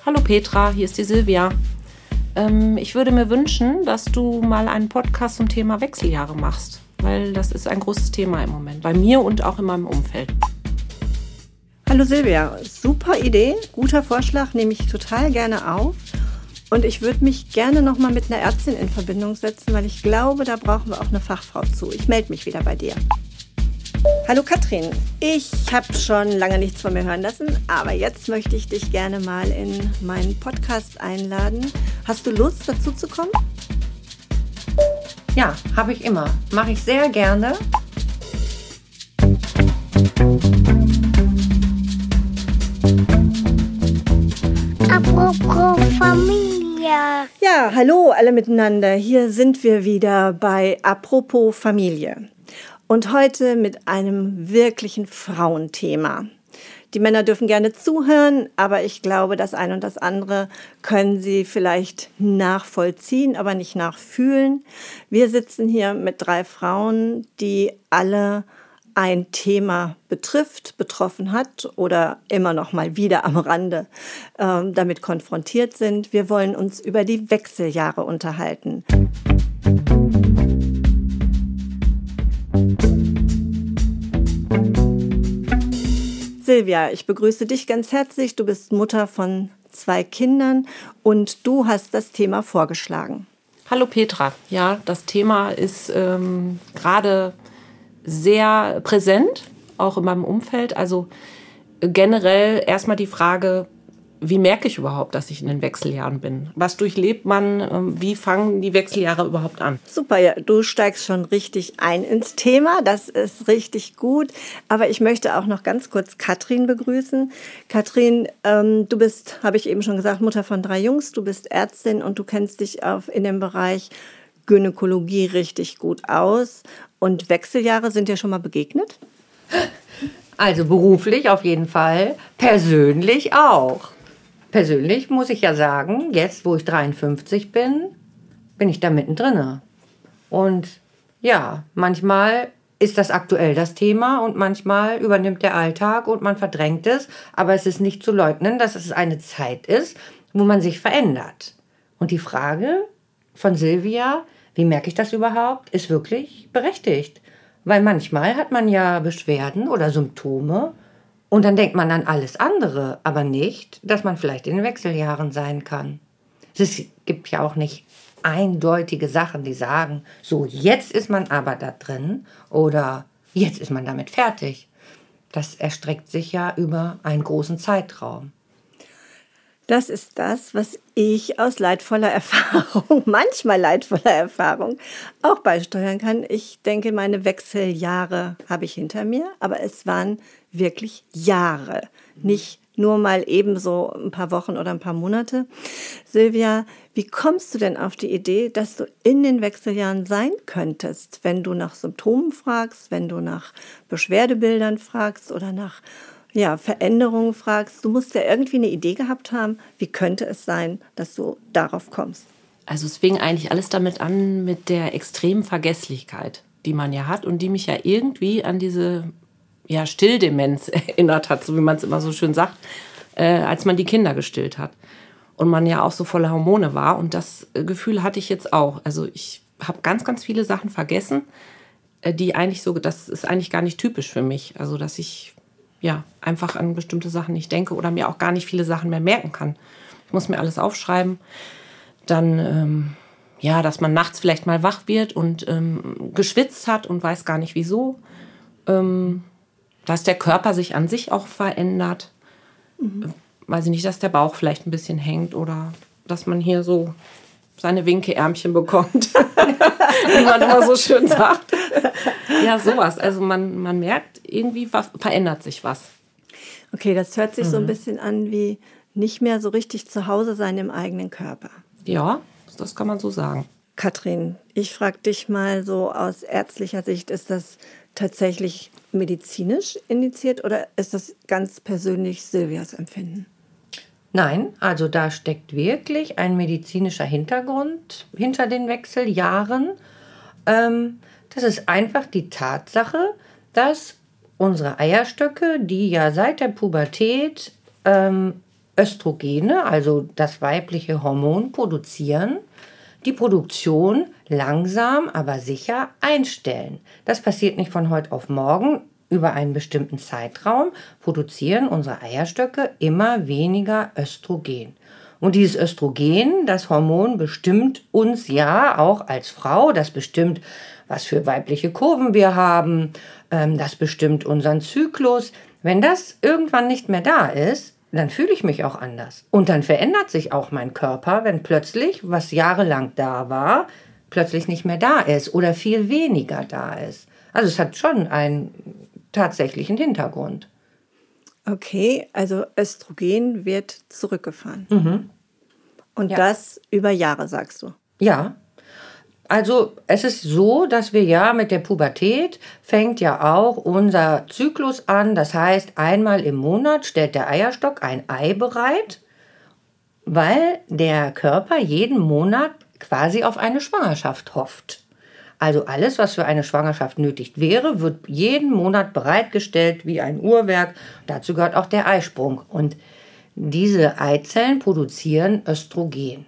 Hallo Petra, hier ist die Silvia. Ich würde mir wünschen, dass du mal einen Podcast zum Thema Wechseljahre machst, weil das ist ein großes Thema im Moment, bei mir und auch in meinem Umfeld. Hallo Silvia, super Idee, guter Vorschlag, nehme ich total gerne auf. Und ich würde mich gerne nochmal mit einer Ärztin in Verbindung setzen, weil ich glaube, da brauchen wir auch eine Fachfrau zu. Ich melde mich wieder bei dir. Hallo Katrin, ich habe schon lange nichts von mir hören lassen, aber jetzt möchte ich dich gerne mal in meinen Podcast einladen. Hast du Lust, dazu zu kommen? Ja, habe ich immer. Mache ich sehr gerne. Apropos Familie. Ja, hallo alle miteinander. Hier sind wir wieder bei Apropos Familie. Und heute mit einem wirklichen Frauenthema. Die Männer dürfen gerne zuhören, aber ich glaube, das eine und das andere können sie vielleicht nachvollziehen, aber nicht nachfühlen. Wir sitzen hier mit 3 Frauen, die alle ein Thema betroffen hat oder immer noch mal wieder am Rande damit konfrontiert sind. Wir wollen uns über die Wechseljahre unterhalten. Silvia, ich begrüße dich ganz herzlich. Du bist Mutter von 2 Kindern und du hast das Thema vorgeschlagen. Hallo Petra, ja, das Thema ist gerade sehr präsent, auch in meinem Umfeld. Also generell erstmal die Frage, wie merke ich überhaupt, dass ich in den Wechseljahren bin? Was durchlebt man? Wie fangen die Wechseljahre überhaupt an? Super, ja, du steigst schon richtig ein ins Thema. Das ist richtig gut. Aber ich möchte auch noch ganz kurz Katrin begrüßen. Katrin, du bist, habe ich eben schon gesagt, Mutter von 3 Jungs. Du bist Ärztin und du kennst dich in dem Bereich Gynäkologie richtig gut aus. Und Wechseljahre sind dir schon mal begegnet? Also beruflich auf jeden Fall, persönlich auch. Persönlich muss ich ja sagen, jetzt wo ich 53 bin, bin ich da mittendrin. Und ja, manchmal ist das aktuell das Thema und manchmal übernimmt der Alltag und man verdrängt es. Aber es ist nicht zu leugnen, dass es eine Zeit ist, wo man sich verändert. Und die Frage von Silvia, wie merke ich das überhaupt, ist wirklich berechtigt. Weil manchmal hat man ja Beschwerden oder Symptome und dann denkt man an alles andere, aber nicht, dass man vielleicht in den Wechseljahren sein kann. Es gibt ja auch nicht eindeutige Sachen, die sagen, so jetzt ist man aber da drin oder jetzt ist man damit fertig. Das erstreckt sich ja über einen großen Zeitraum. Das ist das, was ich aus leidvoller Erfahrung, manchmal leidvoller Erfahrung, auch beisteuern kann. Ich denke, meine Wechseljahre habe ich hinter mir, aber es waren wirklich Jahre, nicht nur mal eben so ein paar Wochen oder ein paar Monate. Silvia, wie kommst du denn auf die Idee, dass du in den Wechseljahren sein könntest, wenn du nach Symptomen fragst, wenn du nach Beschwerdebildern fragst oder nach Veränderungen fragst? Du musst ja irgendwie eine Idee gehabt haben, wie könnte es sein, dass du darauf kommst? Also es fing eigentlich alles damit an mit der extremen Vergesslichkeit, die man ja hat und die mich ja irgendwie an diese Stilldemenz erinnert hat, so wie man es immer so schön sagt, als man die Kinder gestillt hat. Und man ja auch so voller Hormone war. Und das Gefühl hatte ich jetzt auch. Also ich habe ganz, ganz viele Sachen vergessen, die eigentlich das ist eigentlich gar nicht typisch für mich. Also dass ich einfach an bestimmte Sachen nicht denke oder mir auch gar nicht viele Sachen mehr merken kann. Ich muss mir alles aufschreiben. Dann, dass man nachts vielleicht mal wach wird und geschwitzt hat und weiß gar nicht wieso. Dass der Körper sich an sich auch verändert. Weiß ich nicht, dass der Bauch vielleicht ein bisschen hängt oder dass man hier so seine Winke-Ärmchen bekommt, wie man immer so schön sagt. Ja, sowas. Also man merkt, irgendwie verändert sich was. Okay, das hört sich so ein bisschen an wie nicht mehr so richtig zu Hause sein im eigenen Körper. Ja, das kann man so sagen. Katrin, ich frage dich mal so aus ärztlicher Sicht, ist das tatsächlich medizinisch indiziert oder ist das ganz persönlich Silvias Empfinden? Nein, also da steckt wirklich ein medizinischer Hintergrund hinter den Wechseljahren. Das ist einfach die Tatsache, dass unsere Eierstöcke, die ja seit der Pubertät Östrogene, also das weibliche Hormon, produzieren, die Produktion langsam, aber sicher einstellen. Das passiert nicht von heute auf morgen. Über einen bestimmten Zeitraum produzieren unsere Eierstöcke immer weniger Östrogen. Und dieses Östrogen, das Hormon, bestimmt uns ja auch als Frau. Das bestimmt, was für weibliche Kurven wir haben. Das bestimmt unseren Zyklus. Wenn das irgendwann nicht mehr da ist, dann fühle ich mich auch anders. Und dann verändert sich auch mein Körper, wenn plötzlich, was jahrelang da war, plötzlich nicht mehr da ist oder viel weniger da ist. Also es hat schon einen tatsächlichen Hintergrund. Okay, also Östrogen wird zurückgefahren. Und Ja. das über Jahre, sagst du. Ja, also es ist so, dass wir ja mit der Pubertät fängt ja auch unser Zyklus an. Das heißt, einmal im Monat stellt der Eierstock ein Ei bereit, weil der Körper jeden Monat quasi auf eine Schwangerschaft hofft. Also alles, was für eine Schwangerschaft nötig wäre, wird jeden Monat bereitgestellt wie ein Uhrwerk. Dazu gehört auch der Eisprung. Und diese Eizellen produzieren Östrogen.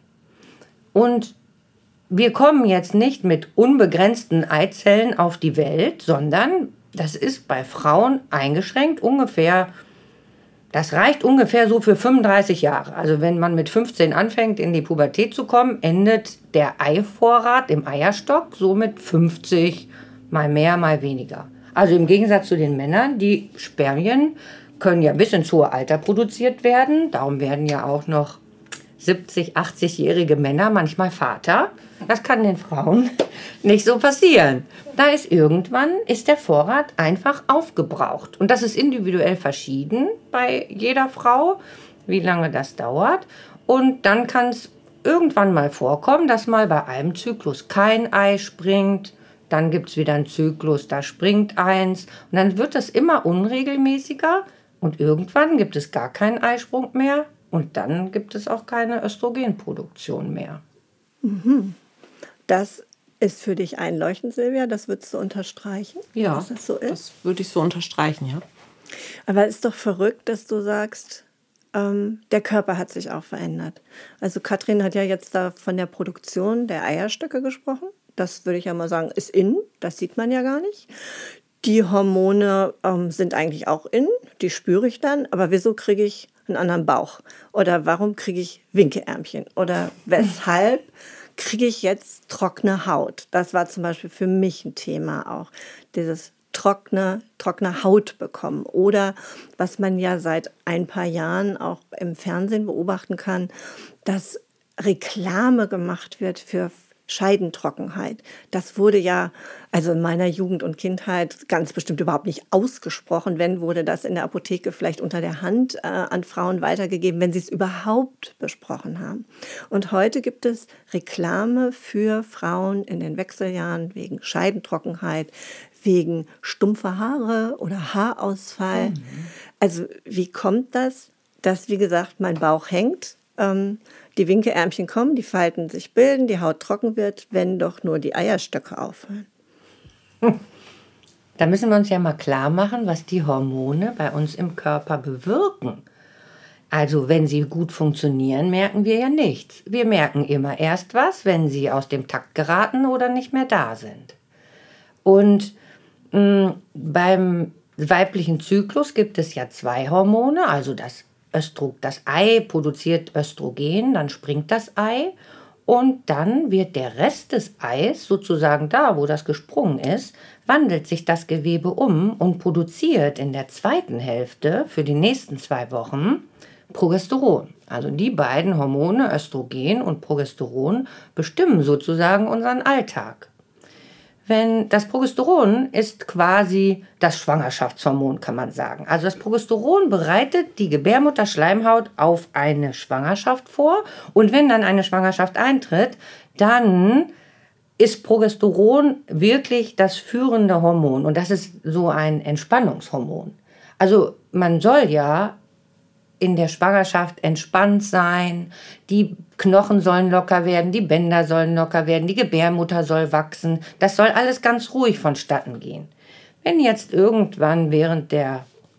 Und wir kommen jetzt nicht mit unbegrenzten Eizellen auf die Welt, sondern das ist bei Frauen eingeschränkt ungefähr, das reicht ungefähr so für 35 Jahre. Also wenn man mit 15 anfängt, in die Pubertät zu kommen, endet der Eivorrat im Eierstock so mit 50, mal mehr, mal weniger. Also im Gegensatz zu den Männern, die Spermien können ja bis ins hohe Alter produziert werden. Darum werden ja auch noch 70-, 80-jährige Männer manchmal Vater. Das kann den Frauen nicht so passieren. Da ist irgendwann der Vorrat einfach aufgebraucht. Und das ist individuell verschieden bei jeder Frau, wie lange das dauert. Und dann kann es irgendwann mal vorkommen, dass mal bei einem Zyklus kein Ei springt. Dann gibt es wieder einen Zyklus, da springt eins. Und dann wird das immer unregelmäßiger. Und irgendwann gibt es gar keinen Eisprung mehr. Und dann gibt es auch keine Östrogenproduktion mehr. Das ist für dich einleuchtend, Silvia. Das würdest du unterstreichen, Ja, dass das so ist. das würde ich so unterstreichen, ja. Aber es ist doch verrückt, dass du sagst, der Körper hat sich auch verändert. Also Katrin hat ja jetzt da von der Produktion der Eierstöcke gesprochen. Das würde ich ja mal sagen, ist in. Das sieht man ja gar nicht. Die Hormone sind eigentlich auch in. Die spüre ich dann. Aber wieso kriege ich einen anderen Bauch? Oder warum kriege ich Winkeärmchen? Oder weshalb kriege ich jetzt trockene Haut? Das war zum Beispiel für mich ein Thema auch. Dieses trockene Haut bekommen. Oder was man ja seit ein paar Jahren auch im Fernsehen beobachten kann, dass Reklame gemacht wird für Scheidentrockenheit. Das wurde ja, also in meiner Jugend und Kindheit ganz bestimmt überhaupt nicht ausgesprochen. Wenn, wurde das in der Apotheke vielleicht unter der Hand an Frauen weitergegeben, wenn sie es überhaupt besprochen haben. Und heute gibt es Reklame für Frauen in den Wechseljahren wegen Scheidentrockenheit, wegen stumpfer Haare oder Haarausfall. Also wie kommt das, dass, wie gesagt, mein Bauch hängt, die Winkeärmchen kommen, die Falten sich bilden, die Haut trocken wird, wenn doch nur die Eierstöcke aufhören? Da müssen wir uns ja mal klar machen, was die Hormone bei uns im Körper bewirken. Also wenn sie gut funktionieren, merken wir ja nichts. Wir merken immer erst was, wenn sie aus dem Takt geraten oder nicht mehr da sind. Und beim weiblichen Zyklus gibt es ja 2 Hormone, also das Ei produziert Östrogen, dann springt das Ei und dann wird der Rest des Eis, sozusagen da, wo das gesprungen ist, wandelt sich das Gewebe um und produziert in der zweiten Hälfte für die nächsten 2 Wochen Progesteron. Also die beiden Hormone, Östrogen und Progesteron, bestimmen sozusagen unseren Alltag. Wenn das Progesteron ist quasi das Schwangerschaftshormon, kann man sagen. Also das Progesteron bereitet die Gebärmutterschleimhaut auf eine Schwangerschaft vor. Und wenn dann eine Schwangerschaft eintritt, dann ist Progesteron wirklich das führende Hormon. Und das ist so ein Entspannungshormon. Also man soll ja in der Schwangerschaft entspannt sein, die Knochen sollen locker werden, die Bänder sollen locker werden, die Gebärmutter soll wachsen. Das soll alles ganz ruhig vonstatten gehen. Wenn jetzt irgendwann während der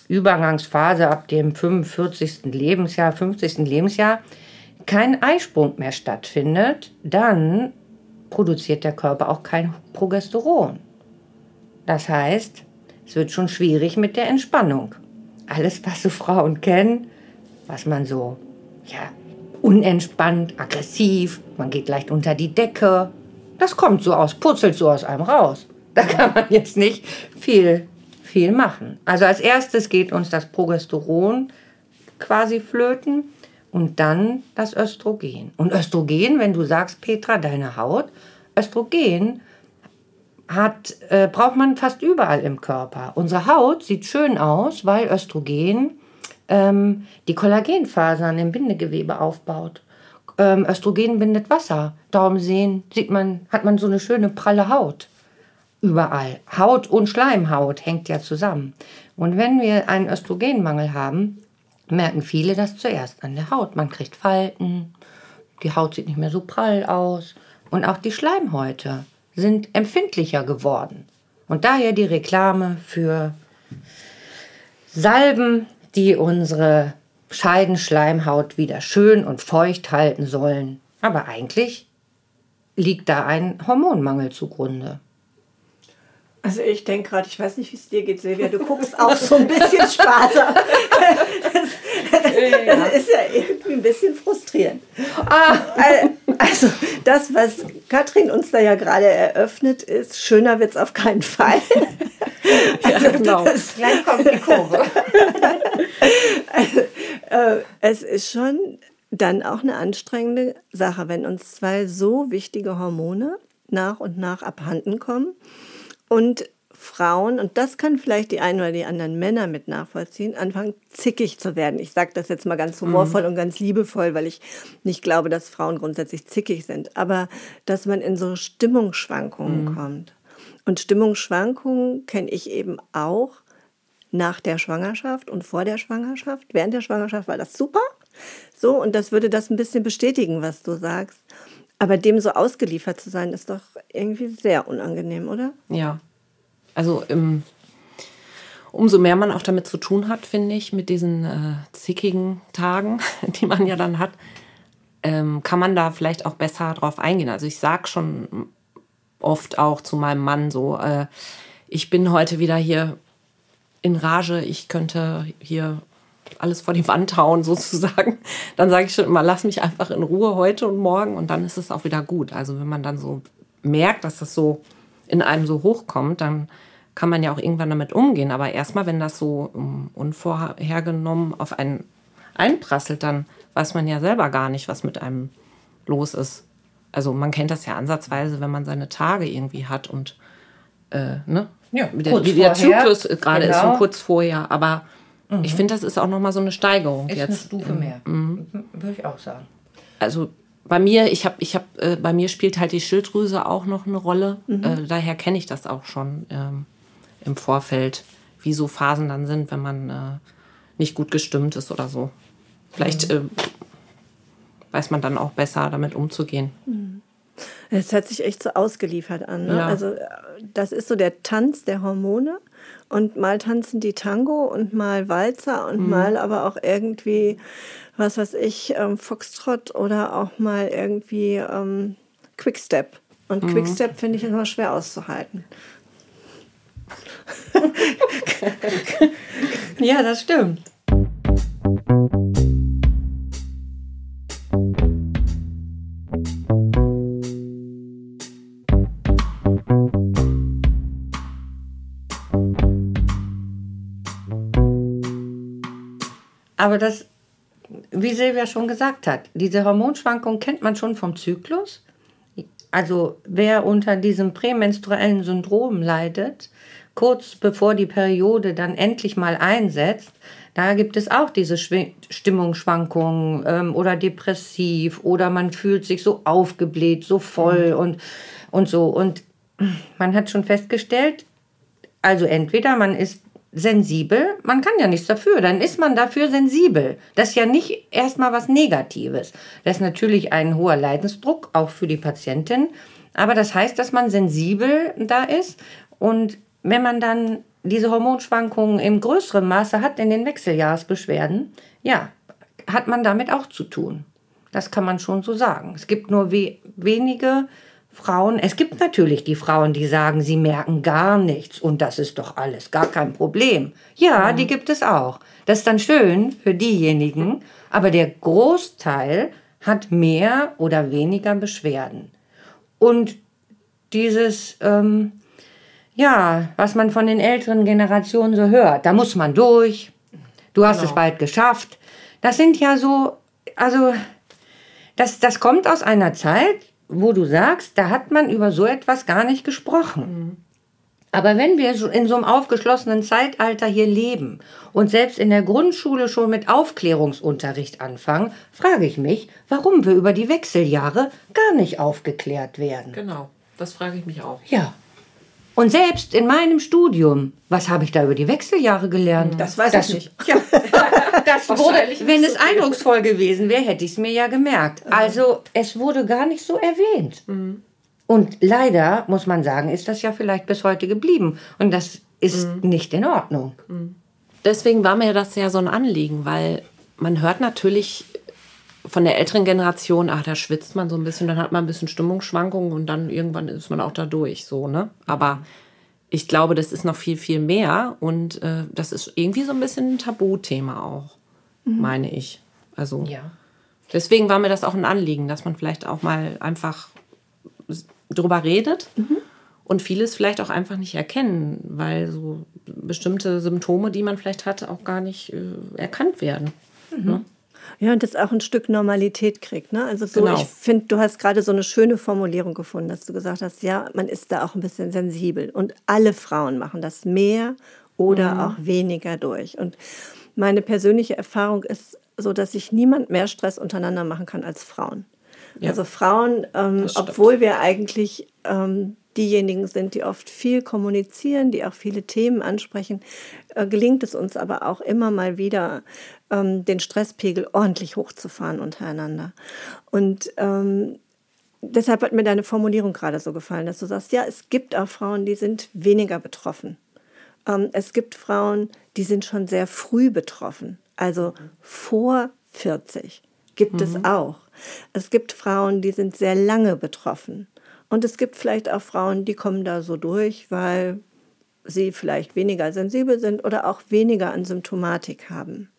Übergangsphase ab dem 45. Lebensjahr, 50. Lebensjahr kein Eisprung mehr stattfindet, dann produziert der Körper auch kein Progesteron. Das heißt, es wird schon schwierig mit der Entspannung. Alles, was so Frauen kennen, was man so, unentspannt, aggressiv, man geht leicht unter die Decke, das kommt so purzelt so aus einem raus. Da kann man jetzt nicht viel machen. Also als erstes geht uns das Progesteron quasi flöten und dann das Östrogen. Und Östrogen, wenn du sagst, Petra, deine Haut, Östrogen braucht man fast überall im Körper. Unsere Haut sieht schön aus, weil Östrogen die Kollagenfasern im Bindegewebe aufbaut. Östrogen bindet Wasser. Darum hat man so eine schöne pralle Haut. Überall. Haut und Schleimhaut hängt ja zusammen. Und wenn wir einen Östrogenmangel haben, merken viele das zuerst an der Haut. Man kriegt Falten, die Haut sieht nicht mehr so prall aus. Und auch die Schleimhäute sind empfindlicher geworden. Und daher die Reklame für Salben, die unsere Scheidenschleimhaut wieder schön und feucht halten sollen. Aber eigentlich liegt da ein Hormonmangel zugrunde. Also ich denke gerade, ich weiß nicht, wie es dir geht, Silvia, du guckst auch so ein bisschen sparsam. Das ist ja irgendwie ein bisschen frustrierend. Also das, was Katrin uns da ja gerade eröffnet, ist, schöner wird es auf keinen Fall. Ja, genau. Gleich kommt die Kurve. Es ist schon dann auch eine anstrengende Sache, wenn uns zwei so wichtige Hormone nach und nach abhanden kommen. Und Frauen, und das kann vielleicht die einen oder die anderen Männer mit nachvollziehen, anfangen zickig zu werden. Ich sage das jetzt mal ganz humorvoll und ganz liebevoll, weil ich nicht glaube, dass Frauen grundsätzlich zickig sind. Aber dass man in so Stimmungsschwankungen kommt. Und Stimmungsschwankungen kenne ich eben auch nach der Schwangerschaft und vor der Schwangerschaft. Während der Schwangerschaft war das super. So, und das würde das ein bisschen bestätigen, was du sagst. Aber dem so ausgeliefert zu sein, ist doch irgendwie sehr unangenehm, oder? Ja, also umso mehr man auch damit zu tun hat, finde ich, mit diesen zickigen Tagen, die man ja dann hat, kann man da vielleicht auch besser drauf eingehen. Also ich sage schon oft auch zu meinem Mann so, ich bin heute wieder hier in Rage, ich könnte hier alles vor die Wand hauen sozusagen, dann sage ich schon immer, lass mich einfach in Ruhe heute und morgen und dann ist es auch wieder gut. Also wenn man dann so merkt, dass das so in einem so hochkommt, dann kann man ja auch irgendwann damit umgehen. Aber erstmal, wenn das so unvorhergenommen auf einen einprasselt, dann weiß man ja selber gar nicht, was mit einem los ist. Also man kennt das ja ansatzweise, wenn man seine Tage irgendwie hat und Ja, wie der Zyklus gerade ist genau. und kurz vorher. Aber ich finde, das ist auch nochmal so eine Steigerung Ist jetzt. eine Stufe mehr, würde ich auch sagen. Also bei mir, bei mir spielt halt die Schilddrüse auch noch eine Rolle. Daher kenne ich das auch schon im Vorfeld, wie so Phasen dann sind, wenn man nicht gut gestimmt ist oder so. Vielleicht weiß man dann auch besser, damit umzugehen. Es hört sich echt so ausgeliefert an. Ne? Ja. Also das ist so der Tanz der Hormone. Und mal tanzen die Tango und mal Walzer und mal aber auch irgendwie, was weiß ich, Foxtrot oder auch mal irgendwie Quickstep. Und Quickstep finde ich immer schwer auszuhalten. Ja, das stimmt. Aber das, wie Silvia schon gesagt hat, diese Hormonschwankung kennt man schon vom Zyklus. Also wer unter diesem prämenstruellen Syndrom leidet, kurz bevor die Periode dann endlich mal einsetzt, da gibt es auch diese Stimmungsschwankungen oder depressiv oder man fühlt sich so aufgebläht, so voll und so. Und man hat schon festgestellt, also entweder man ist sensibel, man kann ja nichts dafür, dann ist man dafür sensibel. Das ist ja nicht erstmal was Negatives. Das ist natürlich ein hoher Leidensdruck, auch für die Patientin, aber das heißt, dass man sensibel da ist und wenn man dann diese Hormonschwankungen im größeren Maße hat in den Wechseljahresbeschwerden, ja, hat man damit auch zu tun. Das kann man schon so sagen. Es gibt nur wenige Frauen. Es gibt natürlich die Frauen, die sagen, sie merken gar nichts und das ist doch alles, gar kein Problem. Ja, die gibt es auch. Das ist dann schön für diejenigen, aber der Großteil hat mehr oder weniger Beschwerden. Und dieses, was man von den älteren Generationen so hört, da muss man durch, du hast es bald geschafft. Das sind ja so, also das kommt aus einer Zeit, wo du sagst, da hat man über so etwas gar nicht gesprochen. Aber wenn wir so in so einem aufgeschlossenen Zeitalter hier leben und selbst in der Grundschule schon mit Aufklärungsunterricht anfangen, frage ich mich, warum wir über die Wechseljahre gar nicht aufgeklärt werden. Genau, das frage ich mich auch. Ja. Und selbst in meinem Studium, was habe ich da über die Wechseljahre gelernt? Das weiß ich nicht. Ja, das wurde, wenn es eindrucksvoll gewesen wäre, hätte ich es mir ja gemerkt. Also es wurde gar nicht so erwähnt. Und leider, muss man sagen, ist das ja vielleicht bis heute geblieben. Und das ist nicht in Ordnung. Deswegen war mir das ja so ein Anliegen, weil man hört natürlich von der älteren Generation, da schwitzt man so ein bisschen, dann hat man ein bisschen Stimmungsschwankungen und dann irgendwann ist man auch da durch, so, ne? Aber ich glaube, das ist noch viel, viel mehr und das ist irgendwie so ein bisschen ein Tabuthema auch, meine ich. Also deswegen war mir das auch ein Anliegen, dass man vielleicht auch mal einfach drüber redet und vieles vielleicht auch einfach nicht erkennen, weil so bestimmte Symptome, die man vielleicht hat, auch gar nicht erkannt werden. Ne? Ja, und das auch ein Stück Normalität kriegt. Ne? Also so, ich finde, du hast gerade so eine schöne Formulierung gefunden, dass du gesagt hast, ja, man ist da auch ein bisschen sensibel. Und alle Frauen machen das mehr oder auch weniger durch. Und meine persönliche Erfahrung ist so, dass sich niemand mehr Stress untereinander machen kann als Frauen. Ja. Also Frauen, obwohl wir eigentlich diejenigen sind, die oft viel kommunizieren, die auch viele Themen ansprechen, gelingt es uns aber auch immer mal wieder, den Stresspegel ordentlich hochzufahren untereinander. Und deshalb hat mir deine Formulierung gerade so gefallen, dass du sagst, ja, es gibt auch Frauen, die sind weniger betroffen. Es gibt Frauen, die sind schon sehr früh betroffen, also vor 40 gibt es auch. Es gibt Frauen, die sind sehr lange betroffen. Und es gibt vielleicht auch Frauen, die kommen da so durch, weil sie vielleicht weniger sensibel sind oder auch weniger an Symptomatik haben.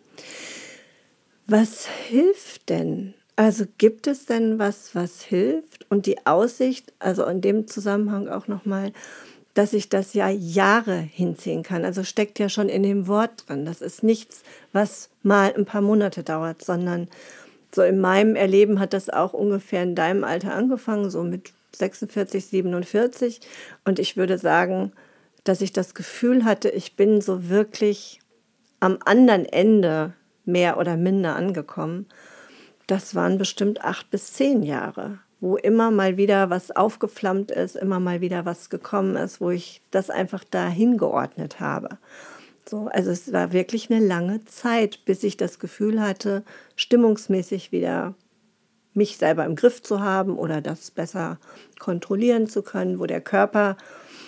Was hilft denn? Also gibt es denn was hilft? Und die Aussicht, also in dem Zusammenhang auch nochmal, dass ich das ja Jahre hinziehen kann. Also steckt ja schon in dem Wort drin. Das ist nichts, was mal ein paar Monate dauert, sondern so in meinem Erleben hat das auch ungefähr in deinem Alter angefangen, so mit 46, 47. Und ich würde sagen, dass ich das Gefühl hatte, ich bin so wirklich am anderen Ende mehr oder minder angekommen. Das waren bestimmt 8 bis 10 Jahre, wo immer mal wieder was aufgeflammt ist, immer mal wieder was gekommen ist, wo ich das einfach dahin geordnet habe. So, also es war wirklich eine lange Zeit, bis ich das Gefühl hatte, stimmungsmäßig wieder mich selber im Griff zu haben oder das besser kontrollieren zu können, wo der Körper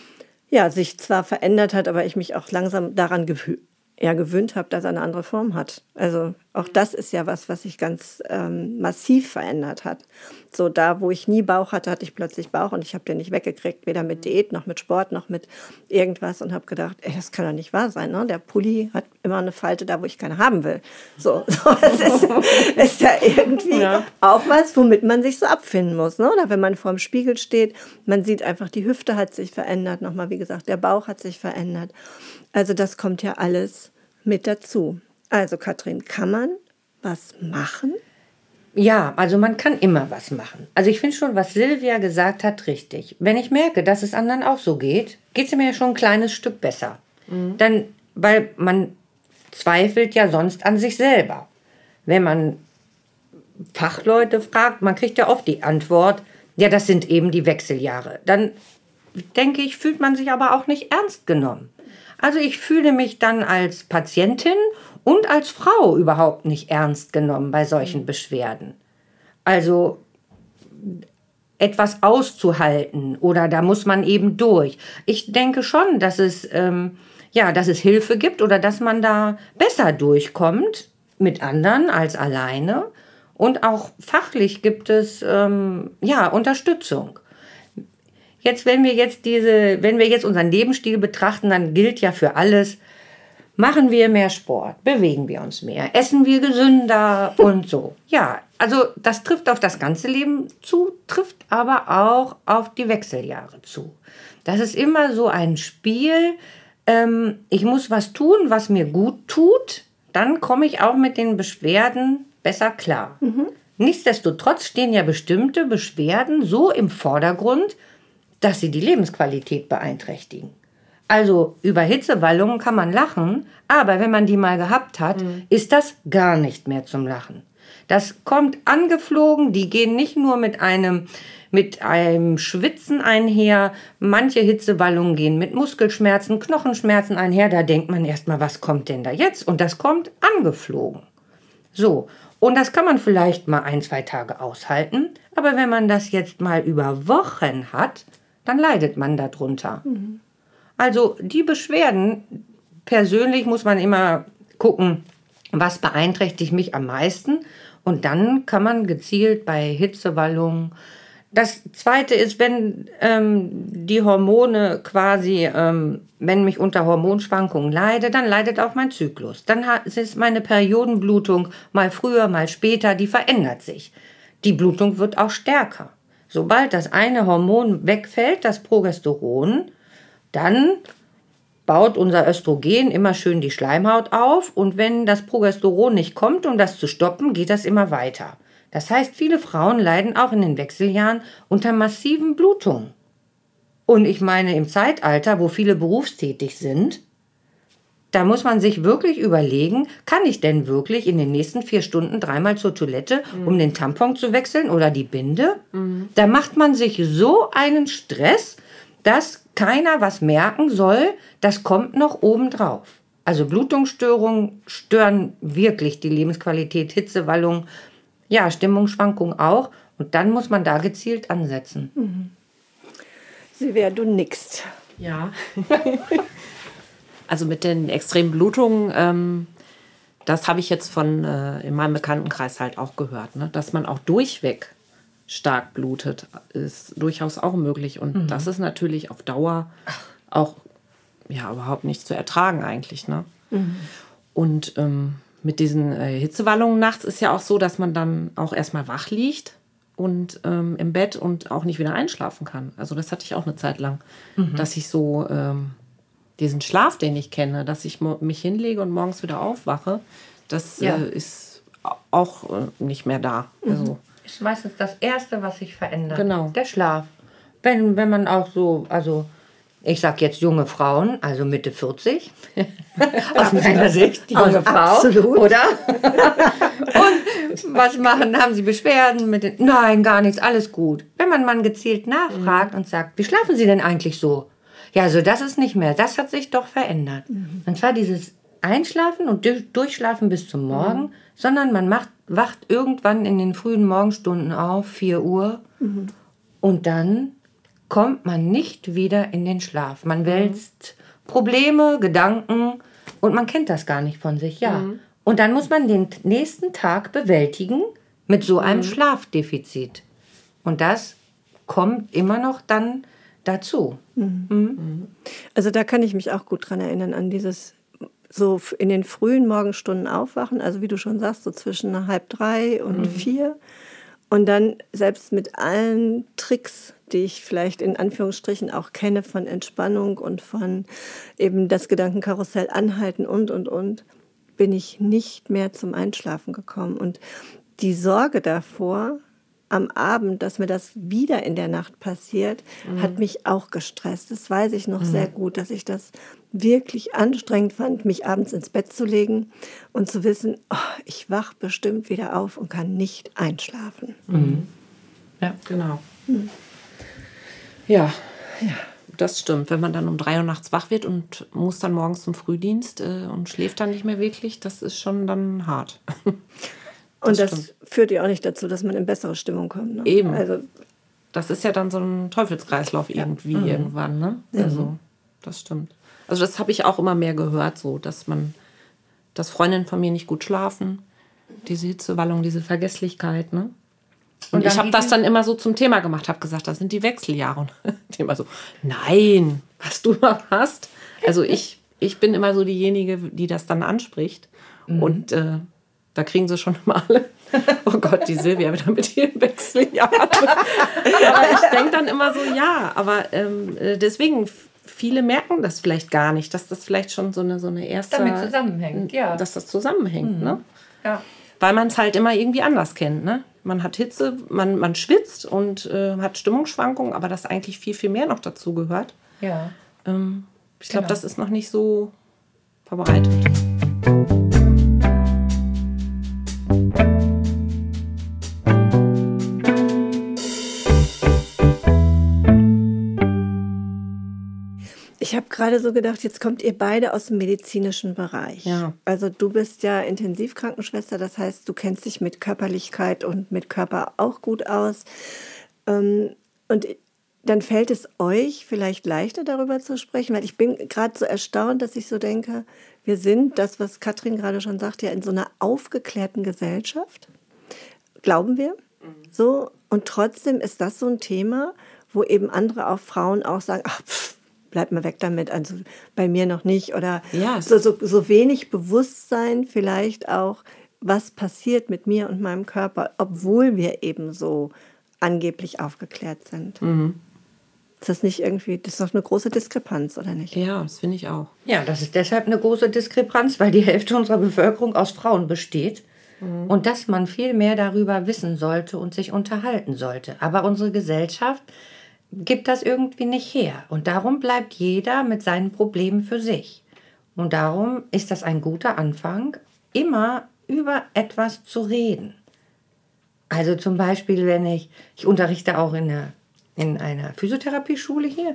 sich zwar verändert hat, aber ich mich auch langsam daran gewöhnt habe, dass er eine andere Form hat. Also auch das ist ja was sich ganz massiv verändert hat. So da, wo ich nie Bauch hatte, hatte ich plötzlich Bauch und ich habe den nicht weggekriegt, weder mit Diät noch mit Sport noch mit irgendwas und habe gedacht, das kann doch nicht wahr sein. Ne? Der Pulli hat immer eine Falte da, wo ich keine haben will. So das ist ja irgendwie auch was, womit man sich so abfinden muss. Ne? Oder wenn man vor dem Spiegel steht, man sieht einfach, die Hüfte hat sich verändert. Nochmal, wie gesagt, der Bauch hat sich verändert. Also das kommt ja alles mit dazu. Also Katrin, kann man was machen? Ja, also man kann immer was machen. Also ich finde schon, was Silvia gesagt hat, richtig. Wenn ich merke, dass es anderen auch so geht, geht es mir ja schon ein kleines Stück besser. Dann, weil man zweifelt ja sonst an sich selber. Wenn man Fachleute fragt, man kriegt ja oft die Antwort, ja, das sind eben die Wechseljahre. Dann denke ich, fühlt man sich aber auch nicht ernst genommen. Also ich fühle mich dann als Patientin und als Frau überhaupt nicht ernst genommen bei solchen Beschwerden. Also etwas auszuhalten oder da muss man eben durch. Ich denke schon, dass es ja, dass es Hilfe gibt oder dass man da besser durchkommt mit anderen als alleine. Und auch fachlich gibt es Unterstützung. Jetzt, wenn wir jetzt unseren Lebensstil betrachten, dann gilt ja für alles: Machen wir mehr Sport, bewegen wir uns mehr, essen wir gesünder und so. Ja, also das trifft auf das ganze Leben zu, trifft aber auch auf die Wechseljahre zu. Das ist immer so ein Spiel. Ich muss was tun, was mir gut tut, dann komme ich auch mit den Beschwerden besser klar. Nichtsdestotrotz stehen ja bestimmte Beschwerden so im Vordergrund, dass sie die Lebensqualität beeinträchtigen. Also über Hitzewallungen kann man lachen, aber wenn man die mal gehabt hat, ist das gar nicht mehr zum Lachen. Das kommt angeflogen, die gehen nicht nur mit einem Schwitzen einher. Manche Hitzewallungen gehen mit Muskelschmerzen, Knochenschmerzen einher. Da denkt man erstmal, was kommt denn da jetzt? Und das kommt angeflogen. So, und das kann man vielleicht mal 1-2 Tage aushalten. Aber wenn man das jetzt mal über Wochen hat, dann leidet man darunter. Also die Beschwerden, persönlich muss man immer gucken, was beeinträchtigt mich am meisten. Und dann kann man gezielt bei Hitzewallungen. Das Zweite ist, wenn die Hormone quasi, wenn mich unter Hormonschwankungen leide, dann leidet auch mein Zyklus. Dann ist meine Periodenblutung mal früher, mal später, die verändert sich. Die Blutung wird auch stärker. Sobald das eine Hormon wegfällt, das Progesteron, dann baut unser Östrogen immer schön die Schleimhaut auf. Und wenn das Progesteron nicht kommt, um das zu stoppen, geht das immer weiter. Das heißt, viele Frauen leiden auch in den Wechseljahren unter massiven Blutungen. Und ich meine, im Zeitalter, wo viele berufstätig sind, da muss man sich wirklich überlegen, kann ich denn wirklich in den nächsten 4 Stunden 3-mal zur Toilette, um den Tampon zu wechseln oder die Binde? Da macht man sich so einen Stress, dass keiner was merken soll. Das kommt noch obendrauf. Also Blutungsstörungen stören wirklich die Lebensqualität, Hitzewallungen, ja, Stimmungsschwankungen auch. Und dann muss man da gezielt ansetzen. Silvia, du nickst. Ja. Also mit den extremen Blutungen, das habe ich jetzt in meinem Bekanntenkreis halt auch gehört, ne? Dass man auch durchweg stark blutet, ist durchaus auch möglich. Und das ist natürlich auf Dauer auch überhaupt nicht zu ertragen eigentlich. Ne? Und mit diesen Hitzewallungen nachts ist ja auch so, dass man dann auch erstmal wach liegt und im Bett und auch nicht wieder einschlafen kann. Also das hatte ich auch eine Zeit lang, dass ich so diesen Schlaf, den ich kenne, dass ich mich hinlege und morgens wieder aufwache, das ist auch nicht mehr da. Also, ist meistens das Erste, was sich verändert. Genau. Der Schlaf. Wenn man auch so, also ich sag jetzt junge Frauen, also Mitte 40, aus meiner Sicht, die junge Frau, absolut. oder? Und was machen? Haben sie Beschwerden mit den? Nein, gar nichts, alles gut. Wenn man mal gezielt nachfragt und sagt, wie schlafen Sie denn eigentlich so? Ja, also das ist nicht mehr, das hat sich doch verändert. Und zwar dieses Einschlafen und Durchschlafen bis zum Morgen, sondern man wacht irgendwann in den frühen Morgenstunden auf, 4 Uhr, und dann kommt man nicht wieder in den Schlaf. Man wälzt Probleme, Gedanken und man kennt das gar nicht von sich, ja. Und dann muss man den nächsten Tag bewältigen mit so einem Schlafdefizit. Und das kommt immer noch dann dazu. Also da kann ich mich auch gut dran erinnern, an dieses so in den frühen Morgenstunden aufwachen, also wie du schon sagst, so zwischen 2:30 und 4. Und dann selbst mit allen Tricks, die ich vielleicht in Anführungsstrichen auch kenne von Entspannung und von eben das Gedankenkarussell anhalten und, bin ich nicht mehr zum Einschlafen gekommen. Und die Sorge davor, am Abend, dass mir das wieder in der Nacht passiert, hat mich auch gestresst. Das weiß ich noch sehr gut, dass ich das wirklich anstrengend fand, mich abends ins Bett zu legen und zu wissen, ich wach bestimmt wieder auf und kann nicht einschlafen. Ja, genau. Ja, das stimmt. Wenn man dann um 3 Uhr nachts wach wird und muss dann morgens zum Frühdienst und schläft dann nicht mehr wirklich, das ist schon dann hart. Und das führt ja auch nicht dazu, dass man in bessere Stimmung kommt. Ne? Eben. Also, das ist ja dann so ein Teufelskreislauf irgendwie irgendwann. Ne? Also, das stimmt. Also das habe ich auch immer mehr gehört, so, dass Freundinnen von mir nicht gut schlafen, diese Hitzewallung, diese Vergesslichkeit, ne? Und ich habe das dann immer so zum Thema gemacht, habe gesagt, das sind die Wechseljahre. Und die immer so, nein, was du noch hast. Also ich bin immer so diejenige, die das dann anspricht. Und da kriegen sie schon mal alle, oh Gott, die Silvia wieder mit ihren Wechseljahren. Aber ich denke dann immer so, ja, aber deswegen, viele merken das vielleicht gar nicht, dass das vielleicht schon so eine erste... Damit zusammenhängt, ja. Dass das zusammenhängt, ne? Ja. Weil man es halt immer irgendwie anders kennt, ne? Man hat Hitze, man schwitzt und hat Stimmungsschwankungen, aber dass eigentlich viel, viel mehr noch dazu gehört. Ja. Ich glaube, das ist noch nicht so verbreitet. Ich habe gerade so gedacht, jetzt kommt ihr beide aus dem medizinischen Bereich. Ja. Also du bist ja Intensivkrankenschwester, das heißt, du kennst dich mit Körperlichkeit und mit Körper auch gut aus. Und dann fällt es euch vielleicht leichter, darüber zu sprechen, weil ich bin gerade so erstaunt, dass ich so denke, wir sind, das, was Katrin gerade schon sagt, ja in so einer aufgeklärten Gesellschaft. Glauben wir. So. Und trotzdem ist das so ein Thema, wo eben andere auch Frauen auch sagen, ach, bleib mal weg damit, also bei mir noch nicht. Oder Ja, so wenig Bewusstsein vielleicht auch, was passiert mit mir und meinem Körper, obwohl wir eben so angeblich aufgeklärt sind. Ist das nicht irgendwie, das ist doch eine große Diskrepanz, oder nicht? Ja, das finde ich auch. Ja, das ist deshalb eine große Diskrepanz, weil die Hälfte unserer Bevölkerung aus Frauen besteht. Und dass man viel mehr darüber wissen sollte und sich unterhalten sollte. Aber unsere Gesellschaft gibt das irgendwie nicht her. Und darum bleibt jeder mit seinen Problemen für sich. Und darum ist das ein guter Anfang, immer über etwas zu reden. Also zum Beispiel, wenn ich unterrichte auch in einer Physiotherapieschule hier.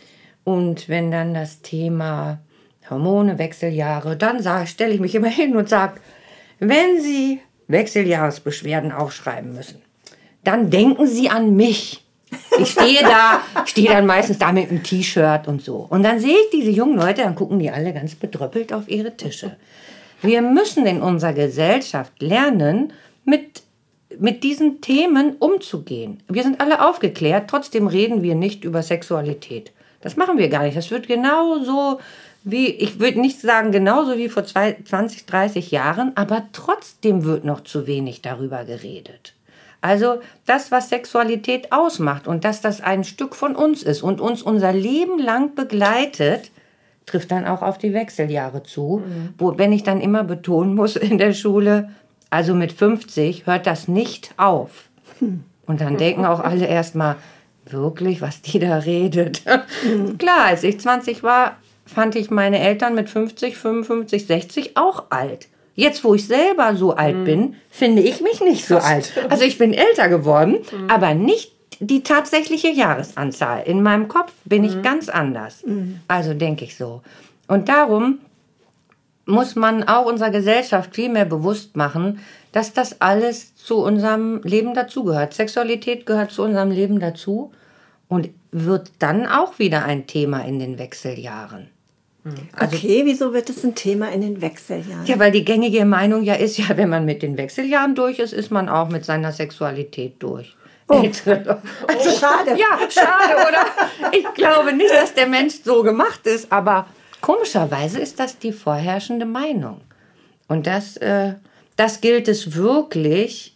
Und wenn dann das Thema Hormone, Wechseljahre, dann stelle ich mich immer hin und sage, wenn Sie Wechseljahresbeschwerden aufschreiben müssen, dann denken Sie an mich. Ich stehe dann meistens da mit einem T-Shirt und so. Und dann sehe ich diese jungen Leute, dann gucken die alle ganz bedröppelt auf ihre Tische. Wir müssen in unserer Gesellschaft lernen, mit diesen Themen umzugehen. Wir sind alle aufgeklärt, trotzdem reden wir nicht über Sexualität. Das machen wir gar nicht. Das wird genauso ich würde nicht sagen genauso wie vor 20, 30 Jahren, aber trotzdem wird noch zu wenig darüber geredet. Also das, was Sexualität ausmacht und dass das ein Stück von uns ist und uns unser Leben lang begleitet, trifft dann auch auf die Wechseljahre zu. Wo, wenn ich dann immer betonen muss in der Schule, also mit 50 hört das nicht auf. Und dann denken auch alle erstmal, wirklich, was die da redet. Klar, als ich 20 war, fand ich meine Eltern mit 50, 55, 60 auch alt. Jetzt, wo ich selber so alt bin, finde ich mich nicht so alt. Also ich bin älter geworden, aber nicht die tatsächliche Jahresanzahl. In meinem Kopf bin ich ganz anders. Also denke ich so. Und darum muss man auch unserer Gesellschaft viel mehr bewusst machen, dass das alles zu unserem Leben dazugehört. Sexualität gehört zu unserem Leben dazu und wird dann auch wieder ein Thema in den Wechseljahren. Also, okay, wieso wird es ein Thema in den Wechseljahren? Ja, weil die gängige Meinung ja ist, ja, wenn man mit den Wechseljahren durch ist, ist man auch mit seiner Sexualität durch. Oh. Also schade. Ja, schade, oder? Ich glaube nicht, dass der Mensch so gemacht ist, aber komischerweise ist das die vorherrschende Meinung. Und das gilt es wirklich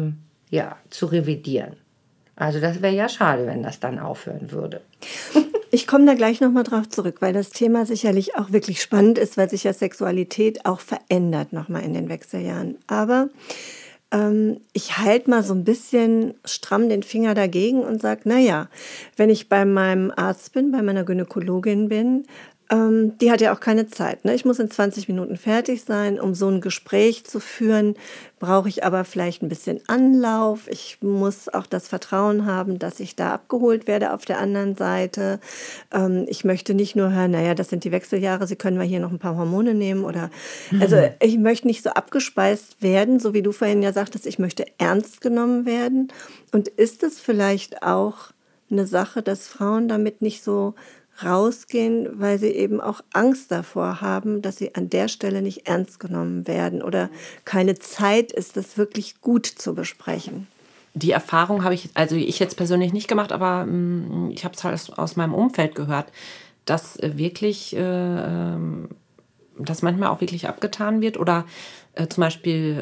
zu revidieren. Also das wäre ja schade, wenn das dann aufhören würde. Ich komme da gleich nochmal drauf zurück, weil das Thema sicherlich auch wirklich spannend ist, weil sich ja Sexualität auch verändert nochmal in den Wechseljahren. Aber ich halte mal so ein bisschen stramm den Finger dagegen und sage, naja, wenn ich bei meinem Arzt bin, bei meiner Gynäkologin bin, die hat ja auch keine Zeit. Ne? Ich muss in 20 Minuten fertig sein. Um so ein Gespräch zu führen, brauche ich aber vielleicht ein bisschen Anlauf. Ich muss auch das Vertrauen haben, dass ich da abgeholt werde auf der anderen Seite. Ich möchte nicht nur hören, naja, das sind die Wechseljahre, Sie können mal hier noch ein paar Hormone nehmen. Also ich möchte nicht so abgespeist werden, so wie du vorhin ja sagtest, ich möchte ernst genommen werden. Und ist es vielleicht auch eine Sache, dass Frauen damit nicht so rausgehen, weil sie eben auch Angst davor haben, dass sie an der Stelle nicht ernst genommen werden oder keine Zeit ist, das wirklich gut zu besprechen. Die Erfahrung habe ich, also ich jetzt persönlich nicht gemacht, aber ich habe es halt aus meinem Umfeld gehört, dass wirklich, dass manchmal auch wirklich abgetan wird oder zum Beispiel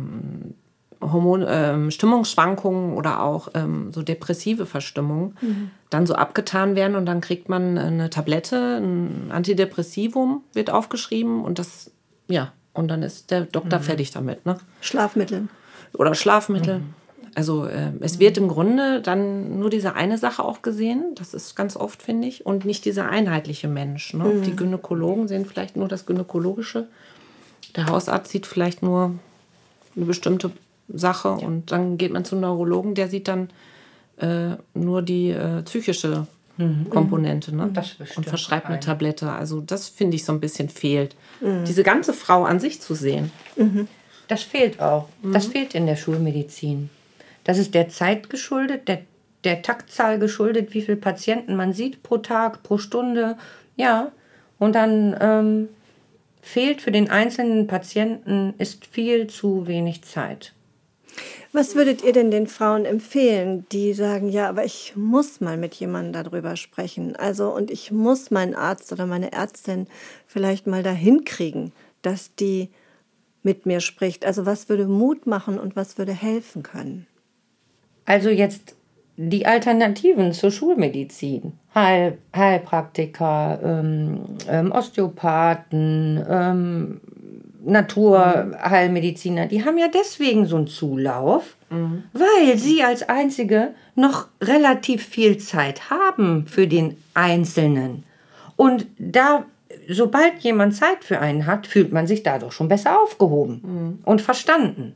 Stimmungsschwankungen oder auch so depressive Verstimmungen dann so abgetan werden und dann kriegt man eine Tablette, ein Antidepressivum wird aufgeschrieben und das, ja, und dann ist der Doktor fertig damit, ne? Schlafmittel. Oder Schlafmittel. Also es wird im Grunde dann nur diese eine Sache auch gesehen, das ist ganz oft, finde ich, und nicht dieser einheitliche Mensch. Ne? Die Gynäkologen sehen vielleicht nur das Gynäkologische, der Hausarzt sieht vielleicht nur eine bestimmte Sache und dann geht man zum Neurologen, der sieht dann nur die psychische Komponente, ne? Und verschreibt eine Tablette. Also das, finde ich, so ein bisschen fehlt. Diese ganze Frau an sich zu sehen. Das fehlt auch. Das fehlt in der Schulmedizin. Das ist der Zeit geschuldet, der Taktzahl geschuldet, wie viele Patienten man sieht pro Tag, pro Stunde. Ja, und dann fehlt für den einzelnen Patienten ist viel zu wenig Zeit. Was würdet ihr denn den Frauen empfehlen, die sagen, ja, aber ich muss mal mit jemandem darüber sprechen? Also, und ich muss meinen Arzt oder meine Ärztin vielleicht mal dahin kriegen, dass die mit mir spricht. Also, was würde Mut machen und was würde helfen können? Also jetzt die Alternativen zur Schulmedizin. Heilpraktiker, Osteopathen, Naturheilmediziner, die haben ja deswegen so einen Zulauf, weil sie als Einzige noch relativ viel Zeit haben für den Einzelnen. Und da, sobald jemand Zeit für einen hat, fühlt man sich dadurch schon besser aufgehoben und verstanden.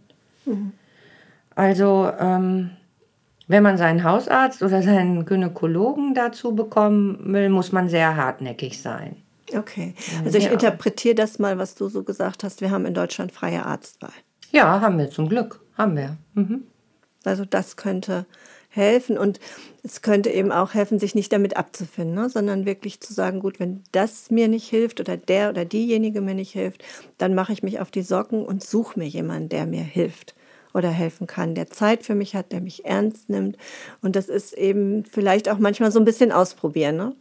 Also, wenn man seinen Hausarzt oder seinen Gynäkologen dazu bekommen will, muss man sehr hartnäckig sein. Okay, also ich interpretiere das mal, was du so gesagt hast. Wir haben in Deutschland freie Arztwahl. Ja, haben wir zum Glück. Haben wir. Also das könnte helfen und es könnte eben auch helfen, sich nicht damit abzufinden, ne? Sondern wirklich zu sagen, gut, wenn das mir nicht hilft oder der oder diejenige mir nicht hilft, dann mache ich mich auf die Socken und suche mir jemanden, der mir hilft oder helfen kann, der Zeit für mich hat, der mich ernst nimmt. Und das ist eben vielleicht auch manchmal so ein bisschen ausprobieren, ne?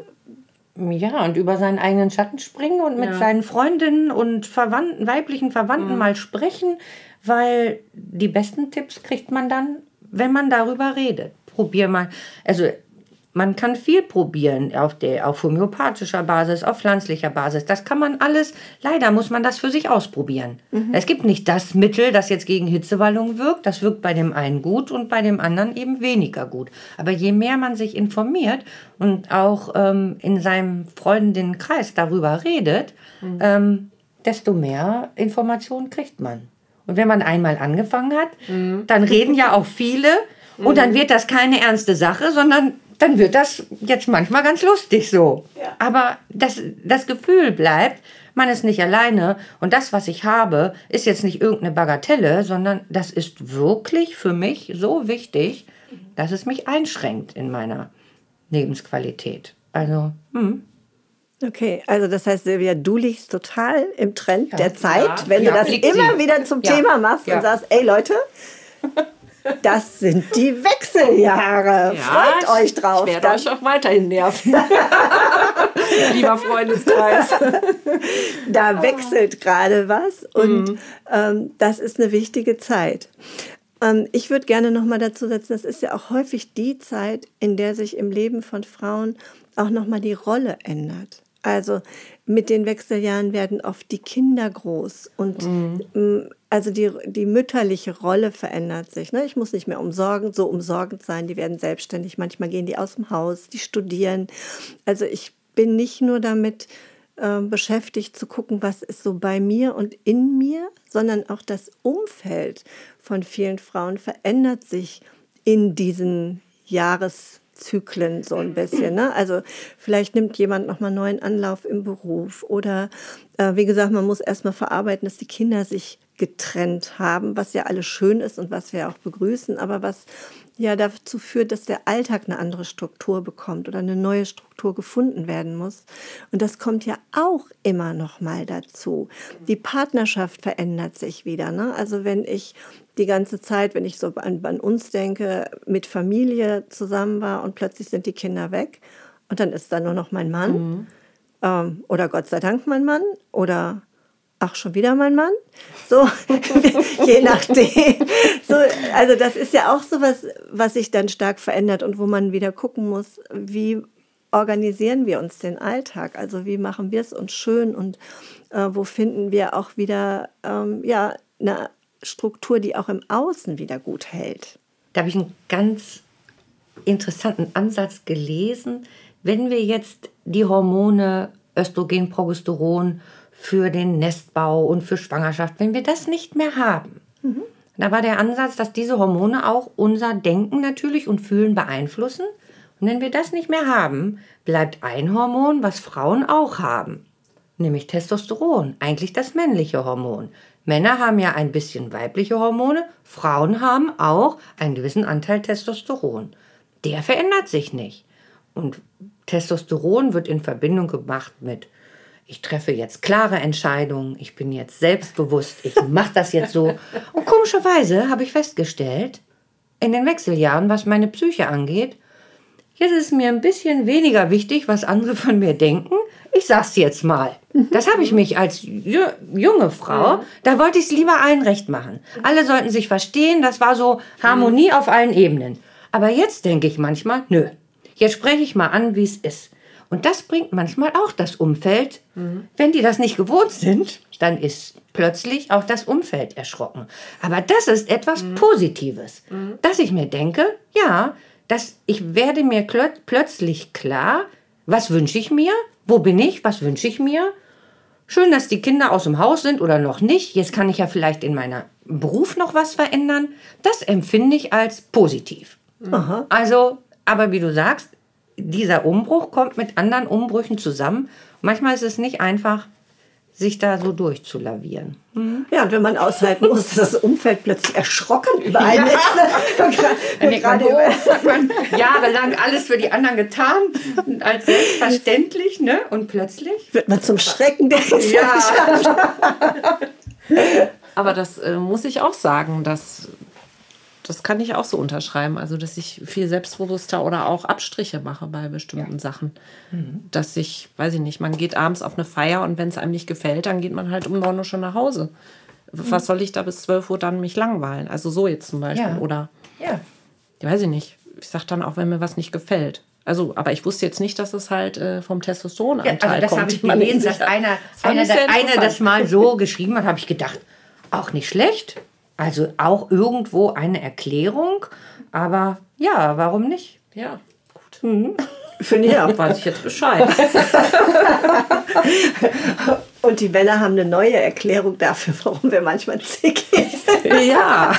Ja, und über seinen eigenen Schatten springen und mit seinen Freundinnen und weiblichen Verwandten mal sprechen, weil die besten Tipps kriegt man dann, wenn man darüber redet. Probier mal, also man kann viel probieren auf homöopathischer Basis, auf pflanzlicher Basis. Das kann man alles, leider muss man das für sich ausprobieren. Es gibt nicht das Mittel, das jetzt gegen Hitzewallung wirkt. Das wirkt bei dem einen gut und bei dem anderen eben weniger gut. Aber je mehr man sich informiert und auch in seinem Freundinnenkreis darüber redet, desto mehr Informationen kriegt man. Und wenn man einmal angefangen hat, dann reden ja auch viele und dann wird das keine ernste Sache, sondern dann wird das jetzt manchmal ganz lustig so. Ja. Aber das Gefühl bleibt, man ist nicht alleine und das, was ich habe, ist jetzt nicht irgendeine Bagatelle, sondern das ist wirklich für mich so wichtig, dass es mich einschränkt in meiner Lebensqualität. Also, Okay, also das heißt, Silvia, du liegst total im Trend der Zeit, wenn du das immer wieder zum Thema machst und sagst, ey Leute, das sind die Wechseljahre. Ja, freut euch drauf. Ich werde euch auch weiterhin nerven. Lieber Freundeskreis. Da wechselt gerade was und das ist eine wichtige Zeit. Ich würde gerne noch mal dazu setzen, das ist ja auch häufig die Zeit, in der sich im Leben von Frauen auch noch mal die Rolle ändert. Also mit den Wechseljahren werden oft die Kinder groß und also die mütterliche Rolle verändert sich. Ne? Ich muss nicht mehr umsorgend sein, die werden selbstständig, manchmal gehen die aus dem Haus, die studieren. Also ich bin nicht nur damit beschäftigt zu gucken, was ist so bei mir und in mir, sondern auch das Umfeld von vielen Frauen verändert sich in diesen Jahreszyklen so ein bisschen. Ne? Also vielleicht nimmt jemand nochmal neuen Anlauf im Beruf oder wie gesagt, man muss erstmal verarbeiten, dass die Kinder sich getrennt haben, was ja alles schön ist und was wir auch begrüßen, aber was ja dazu führt, dass der Alltag eine andere Struktur bekommt oder eine neue Struktur gefunden werden muss. Und das kommt ja auch immer noch mal dazu. Die Partnerschaft verändert sich wieder, ne? Also wenn ich die ganze Zeit, wenn ich so an uns denke, mit Familie zusammen war und plötzlich sind die Kinder weg und dann ist da nur noch mein Mann oder Gott sei Dank mein Mann oder ach, schon wieder mein Mann? So, je nachdem. So, also das ist ja auch so was sich dann stark verändert und wo man wieder gucken muss, wie organisieren wir uns den Alltag? Also wie machen wir es uns schön und wo finden wir auch wieder eine Struktur, die auch im Außen wieder gut hält? Da habe ich einen ganz interessanten Ansatz gelesen. Wenn wir jetzt die Hormone Östrogen, Progesteron für den Nestbau und für Schwangerschaft, wenn wir das nicht mehr haben. Da war der Ansatz, dass diese Hormone auch unser Denken natürlich und Fühlen beeinflussen. Und wenn wir das nicht mehr haben, bleibt ein Hormon, was Frauen auch haben, nämlich Testosteron, eigentlich das männliche Hormon. Männer haben ja ein bisschen weibliche Hormone, Frauen haben auch einen gewissen Anteil Testosteron. Der verändert sich nicht. Und Testosteron wird in Verbindung gebracht mit ich treffe jetzt klare Entscheidungen, ich bin jetzt selbstbewusst, ich mache das jetzt so. Und komischerweise habe ich festgestellt, in den Wechseljahren, was meine Psyche angeht, jetzt ist es mir ein bisschen weniger wichtig, was andere von mir denken. Ich sag's jetzt mal. Das habe ich mich als junge Frau, da wollte ich es lieber allen recht machen. Alle sollten sich verstehen, das war so Harmonie auf allen Ebenen. Aber jetzt denke ich manchmal, nö, jetzt spreche ich mal an, wie es ist. Und das bringt manchmal auch das Umfeld. Wenn die das nicht gewohnt sind, dann ist plötzlich auch das Umfeld erschrocken. Aber das ist etwas Positives, dass ich mir denke, ja, ich werde mir plötzlich klar, was wünsche ich mir, wo bin ich, was wünsche ich mir. Schön, dass die Kinder aus dem Haus sind oder noch nicht. Jetzt kann ich ja vielleicht in meinem Beruf noch was verändern. Das empfinde ich als positiv. Aha. Also, aber wie du sagst, dieser Umbruch kommt mit anderen Umbrüchen zusammen. Manchmal ist es nicht einfach, sich da so durchzulavieren. Ja, und wenn man aushalten muss, dass das Umfeld plötzlich erschrocken über einen ist. Hat man jahrelang alles für die anderen getan, als selbstverständlich, ne? Und plötzlich wird man zum Schrecken der Gesellschaft. Aber das muss ich auch sagen, das kann ich auch so unterschreiben. Also, dass ich viel selbstbewusster oder auch Abstriche mache bei bestimmten Sachen. Dass ich, weiß ich nicht, man geht abends auf eine Feier und wenn es einem nicht gefällt, dann geht man halt um 9 Uhr schon nach Hause. Was soll ich da bis 12 Uhr dann mich langweilen? Also so jetzt zum Beispiel. Ja. Oder, ja. weiß ich nicht. Ich sag dann auch, wenn mir was nicht gefällt. Also, aber ich wusste jetzt nicht, dass es halt vom Testosteronanteil Also das kommt. habe ich gelesen, dass einer das mal so geschrieben hat, habe ich gedacht, auch nicht schlecht. Also auch irgendwo eine Erklärung, aber ja, warum nicht? Ja, gut. Finde ich auch. Weiß ich jetzt Bescheid. Und die Männer haben eine neue Erklärung dafür, warum wir manchmal zickig sind. Ja.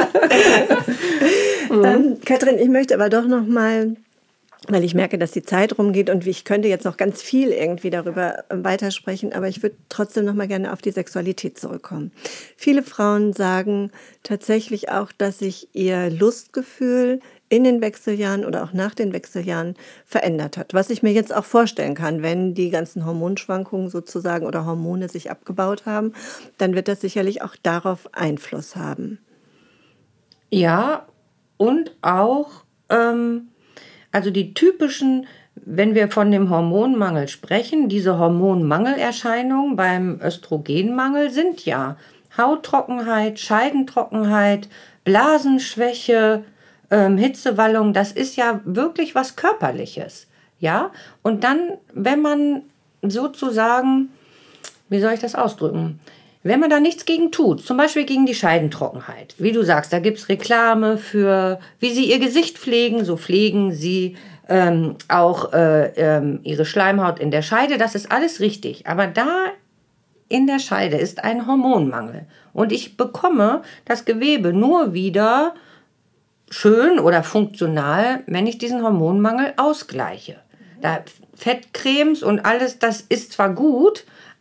Katrin, ich möchte aber doch noch mal, weil ich merke, dass die Zeit rumgeht und ich könnte jetzt noch ganz viel irgendwie darüber weitersprechen, aber ich würde trotzdem noch mal gerne auf die Sexualität zurückkommen. Viele Frauen sagen tatsächlich auch, dass sich ihr Lustgefühl in den Wechseljahren oder auch nach den Wechseljahren verändert hat. Was ich mir jetzt auch vorstellen kann, wenn die ganzen Hormonschwankungen sozusagen oder Hormone sich abgebaut haben, dann wird das sicherlich auch darauf Einfluss haben. Ja, und auch also die typischen, wenn wir von dem Hormonmangel sprechen, diese Hormonmangelerscheinungen beim Östrogenmangel sind ja Hauttrockenheit, Scheidentrockenheit, Blasenschwäche, Hitzewallung, das ist ja wirklich was Körperliches. Ja? Und dann, wenn man sozusagen, wie soll ich das ausdrücken? Wenn man da nichts gegen tut, zum Beispiel gegen die Scheidentrockenheit, wie du sagst, da gibt es Reklame für, wie sie ihr Gesicht pflegen, so pflegen sie auch ihre Schleimhaut in der Scheide, das ist alles richtig. Aber da in der Scheide ist ein Hormonmangel und ich bekomme das Gewebe nur wieder schön oder funktional, wenn ich diesen Hormonmangel ausgleiche. Da Fettcremes und alles, das ist zwar gut,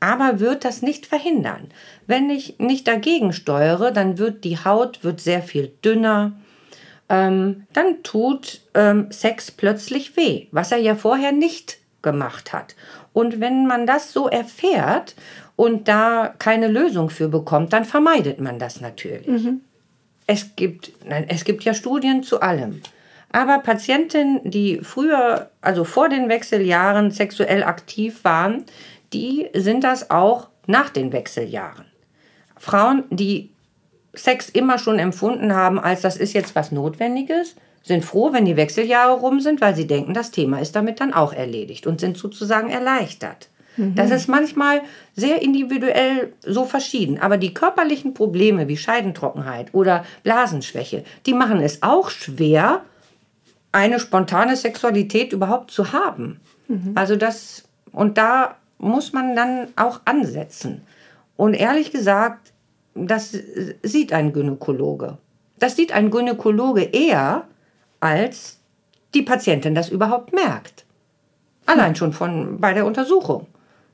aber wird das nicht verhindern. Wenn ich nicht dagegen steuere, dann wird die Haut sehr viel dünner. Dann tut Sex plötzlich weh, was er ja vorher nicht gemacht hat. Und wenn man das so erfährt und da keine Lösung für bekommt, dann vermeidet man das natürlich. Es gibt ja Studien zu allem. Aber Patientinnen, die früher, also vor den Wechseljahren sexuell aktiv waren, die sind das auch nach den Wechseljahren. Frauen, die Sex immer schon empfunden haben, als das ist jetzt was Notwendiges, sind froh, wenn die Wechseljahre rum sind, weil sie denken, das Thema ist damit dann auch erledigt und sind sozusagen erleichtert. Das ist manchmal sehr individuell so verschieden. Aber die körperlichen Probleme wie Scheidentrockenheit oder Blasenschwäche, die machen es auch schwer, eine spontane Sexualität überhaupt zu haben. Also und da muss man dann auch ansetzen. Und ehrlich gesagt, das sieht ein Gynäkologe. Das sieht ein Gynäkologe eher, als die Patientin das überhaupt merkt. Allein schon bei der Untersuchung.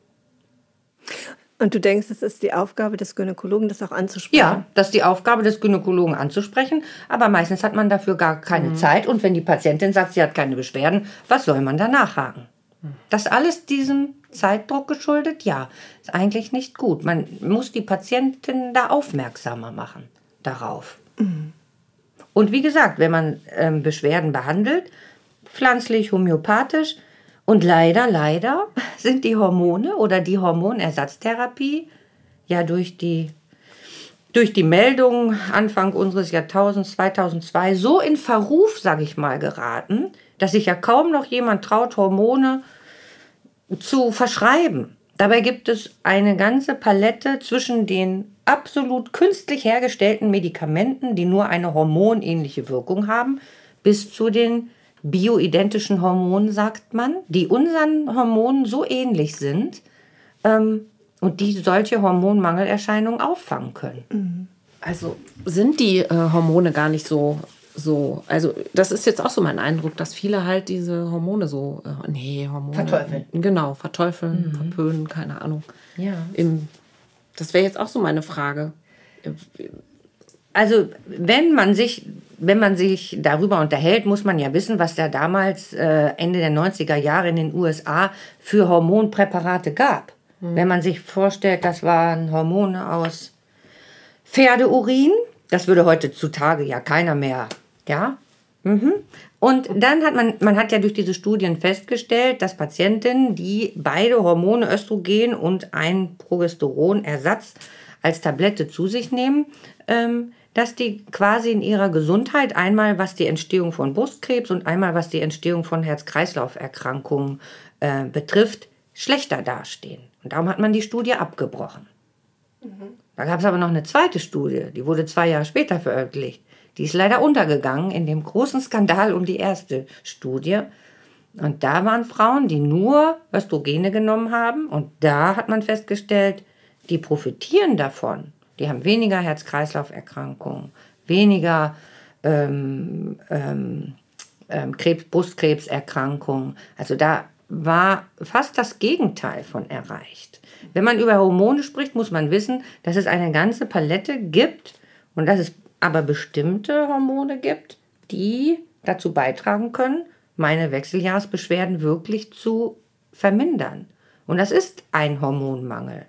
Und du denkst, es ist die Aufgabe des Gynäkologen, das auch anzusprechen? Ja, das ist die Aufgabe des Gynäkologen anzusprechen, aber meistens hat man dafür gar keine Zeit. Und wenn die Patientin sagt, sie hat keine Beschwerden, was soll man da nachhaken? Das alles diesem Zeitdruck geschuldet? Ja, ist eigentlich nicht gut. Man muss die Patientin da aufmerksamer machen darauf. Und wie gesagt, wenn man Beschwerden behandelt, pflanzlich, homöopathisch, und leider sind die Hormone oder die Hormonersatztherapie ja durch die Meldung Anfang unseres Jahrtausends, 2002, so in Verruf, sage ich mal, geraten, dass sich ja kaum noch jemand traut, Hormone zu verschreiben. Dabei gibt es eine ganze Palette zwischen den absolut künstlich hergestellten Medikamenten, die nur eine hormonähnliche Wirkung haben, bis zu den bioidentischen Hormonen, sagt man, die unseren Hormonen so ähnlich sind und die solche Hormonmangelerscheinungen auffangen können. Also sind die Hormone gar nicht so, also das ist jetzt auch so mein Eindruck, dass viele halt diese Hormone Hormone. Verteufeln. Genau, verteufeln, verpönen, keine Ahnung. Ja. Das wäre jetzt auch so meine Frage. Also wenn man sich darüber unterhält, muss man ja wissen, was da damals Ende der 90er Jahre in den USA für Hormonpräparate gab. Wenn man sich vorstellt, das waren Hormone aus Pferdeurin, das würde heutzutage ja keiner mehr, ja. Und dann hat man hat ja durch diese Studien festgestellt, dass Patientinnen, die beide Hormone, Östrogen und ein Progesteronersatz als Tablette zu sich nehmen, dass die quasi in ihrer Gesundheit einmal, was die Entstehung von Brustkrebs und einmal, was die Entstehung von Herz-Kreislauf-Erkrankungen betrifft, schlechter dastehen. Und darum hat man die Studie abgebrochen. Da gab es aber noch eine zweite Studie, die wurde 2 Jahre später veröffentlicht. Die ist leider untergegangen in dem großen Skandal um die erste Studie. Und da waren Frauen, die nur Östrogene genommen haben. Und da hat man festgestellt, die profitieren davon. Die haben weniger Herz-Kreislauf-Erkrankungen, weniger Brustkrebserkrankungen. Also da war fast das Gegenteil von erreicht. Wenn man über Hormone spricht, muss man wissen, dass es eine ganze Palette gibt und dass es aber bestimmte Hormone gibt, die dazu beitragen können, meine Wechseljahresbeschwerden wirklich zu vermindern. Und das ist ein Hormonmangel.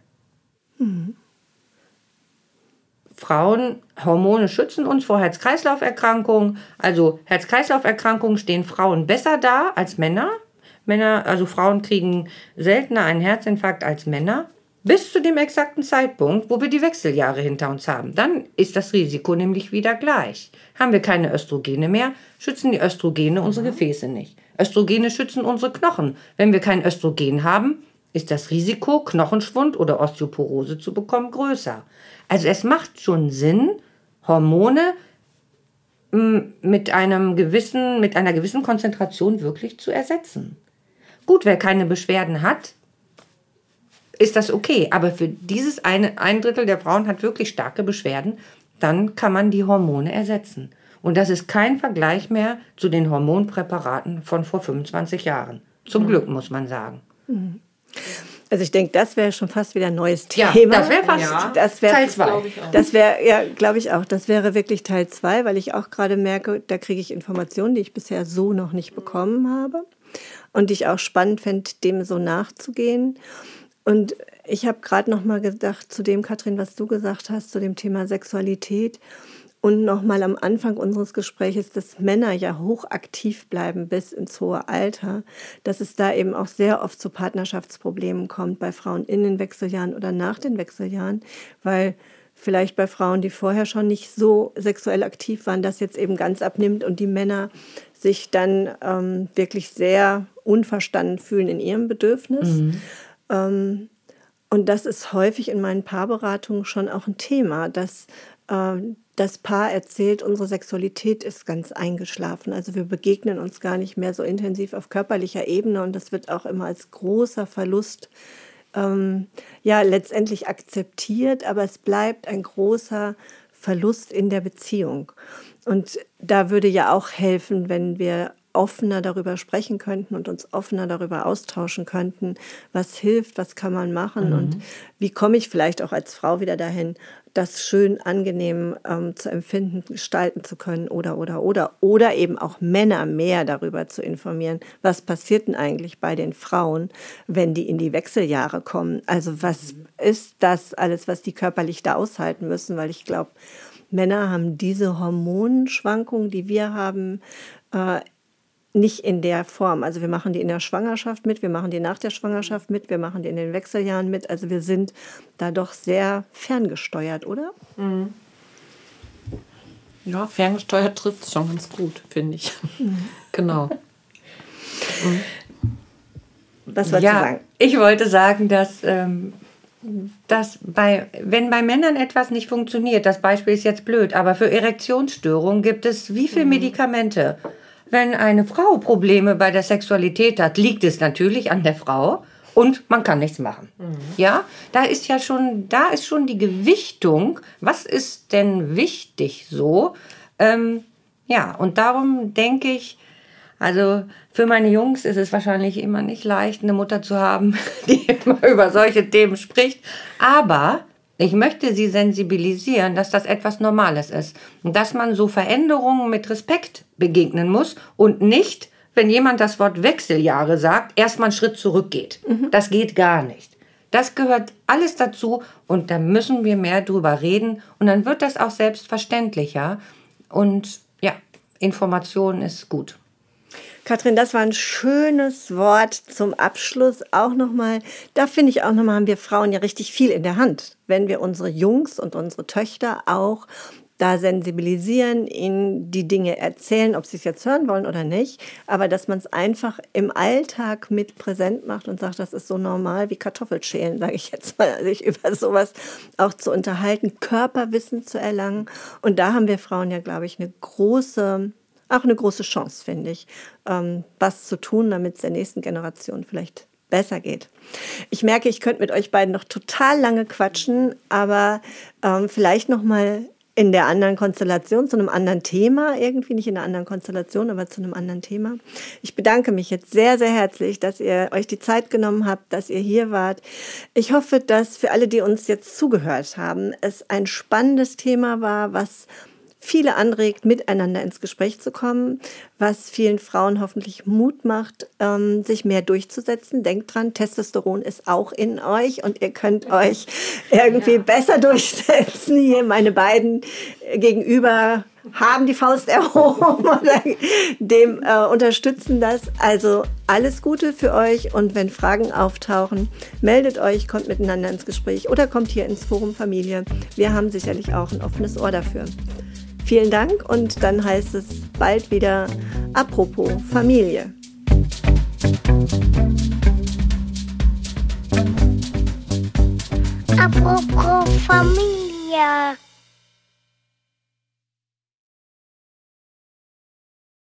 Hormone schützen uns vor Herz-Kreislauf-Erkrankungen. Also Herz-Kreislauf-Erkrankungen stehen Frauen besser da als Männer. Also Frauen kriegen seltener einen Herzinfarkt als Männer. Bis zu dem exakten Zeitpunkt, wo wir die Wechseljahre hinter uns haben. Dann ist das Risiko nämlich wieder gleich. Haben wir keine Östrogene mehr, schützen die Östrogene unsere Gefäße nicht. Östrogene schützen unsere Knochen. Wenn wir kein Östrogen haben, ist das Risiko, Knochenschwund oder Osteoporose zu bekommen, größer. Also es macht schon Sinn, Hormone mit einer gewissen Konzentration wirklich zu ersetzen. Gut, wer keine Beschwerden hat, ist das okay. Aber für dieses ein Drittel der Frauen hat wirklich starke Beschwerden, dann kann man die Hormone ersetzen. Und das ist kein Vergleich mehr zu den Hormonpräparaten von vor 25 Jahren. Zum Glück, muss man sagen. Also ich denke, das wäre schon fast wieder ein neues Ja, Thema. das wäre fast Teil 2. Das wäre, ja, glaube ich auch. Das wäre wirklich Teil 2, weil ich auch gerade merke, da kriege ich Informationen, die ich bisher so noch nicht bekommen habe und die ich auch spannend fände, dem so nachzugehen. Und ich habe gerade noch mal gedacht zu dem, Katrin, was du gesagt hast, zu dem Thema Sexualität. Und nochmal am Anfang unseres Gesprächs, dass Männer ja hochaktiv bleiben bis ins hohe Alter, dass es da eben auch sehr oft zu Partnerschaftsproblemen kommt bei Frauen in den Wechseljahren oder nach den Wechseljahren, weil vielleicht bei Frauen, die vorher schon nicht so sexuell aktiv waren, das jetzt eben ganz abnimmt und die Männer sich dann wirklich sehr unverstanden fühlen in ihrem Bedürfnis. Und das ist häufig in meinen Paarberatungen schon auch ein Thema, dass das Paar erzählt, unsere Sexualität ist ganz eingeschlafen. Also wir begegnen uns gar nicht mehr so intensiv auf körperlicher Ebene und das wird auch immer als großer Verlust letztendlich akzeptiert, aber es bleibt ein großer Verlust in der Beziehung. Und da würde ja auch helfen, wenn wir offener darüber sprechen könnten und uns offener darüber austauschen könnten, was hilft, was kann man machen und wie komme ich vielleicht auch als Frau wieder dahin, das schön angenehm zu empfinden, gestalten zu können oder eben auch Männer mehr darüber zu informieren, was passiert denn eigentlich bei den Frauen, wenn die in die Wechseljahre kommen. Also was ist das alles, was die körperlich da aushalten müssen, weil ich glaube, Männer haben diese Hormonschwankungen, die wir haben, nicht in der Form. Also wir machen die in der Schwangerschaft mit, wir machen die nach der Schwangerschaft mit, wir machen die in den Wechseljahren mit. Also wir sind da doch sehr ferngesteuert, oder? Mhm. Ja, ferngesteuert trifft es schon ganz gut, finde ich. Genau. Was wolltest du sagen? Ich wollte sagen, dass wenn bei Männern etwas nicht funktioniert, das Beispiel ist jetzt blöd, aber für Erektionsstörungen gibt es wie viele Medikamente? Wenn eine Frau Probleme bei der Sexualität hat, liegt es natürlich an der Frau und man kann nichts machen. Ja, da ist schon die Gewichtung. Was ist denn wichtig so? Und darum denke ich, also für meine Jungs ist es wahrscheinlich immer nicht leicht, eine Mutter zu haben, die immer über solche Themen spricht. Aber ich möchte sie sensibilisieren, dass das etwas Normales ist. Und dass man so Veränderungen mit Respekt begegnen muss und nicht, wenn jemand das Wort Wechseljahre sagt, erstmal einen Schritt zurückgeht. Das geht gar nicht. Das gehört alles dazu und da müssen wir mehr drüber reden. Und dann wird das auch selbstverständlicher. Und ja, Information ist gut. Katrin, das war ein schönes Wort zum Abschluss. Auch nochmal, da finde ich auch nochmal, haben wir Frauen ja richtig viel in der Hand, wenn wir unsere Jungs und unsere Töchter auch da sensibilisieren, ihnen die Dinge erzählen, ob sie es jetzt hören wollen oder nicht, aber dass man es einfach im Alltag mit präsent macht und sagt, das ist so normal wie Kartoffelschälen, sage ich jetzt mal, sich über sowas auch zu unterhalten, Körperwissen zu erlangen. Und da haben wir Frauen ja, glaube ich, eine große Chance, finde ich, was zu tun, damit es der nächsten Generation vielleicht besser geht. Ich merke, ich könnte mit euch beiden noch total lange quatschen, aber vielleicht noch mal in der anderen Konstellation, zu einem anderen Thema, irgendwie nicht in einer anderen Konstellation, aber zu einem anderen Thema. Ich bedanke mich jetzt sehr, sehr herzlich, dass ihr euch die Zeit genommen habt, dass ihr hier wart. Ich hoffe, dass für alle, die uns jetzt zugehört haben, es ein spannendes Thema war, was viele anregt, miteinander ins Gespräch zu kommen, was vielen Frauen hoffentlich Mut macht, sich mehr durchzusetzen. Denkt dran, Testosteron ist auch in euch und ihr könnt euch irgendwie besser durchsetzen. Hier meine beiden gegenüber haben die Faust erhoben oder dem unterstützen das. Also alles Gute für euch und wenn Fragen auftauchen, meldet euch, kommt miteinander ins Gespräch oder kommt hier ins Forum Familie. Wir haben sicherlich auch ein offenes Ohr dafür. Vielen Dank und dann heißt es bald wieder Apropos Familie. Apropos Familie.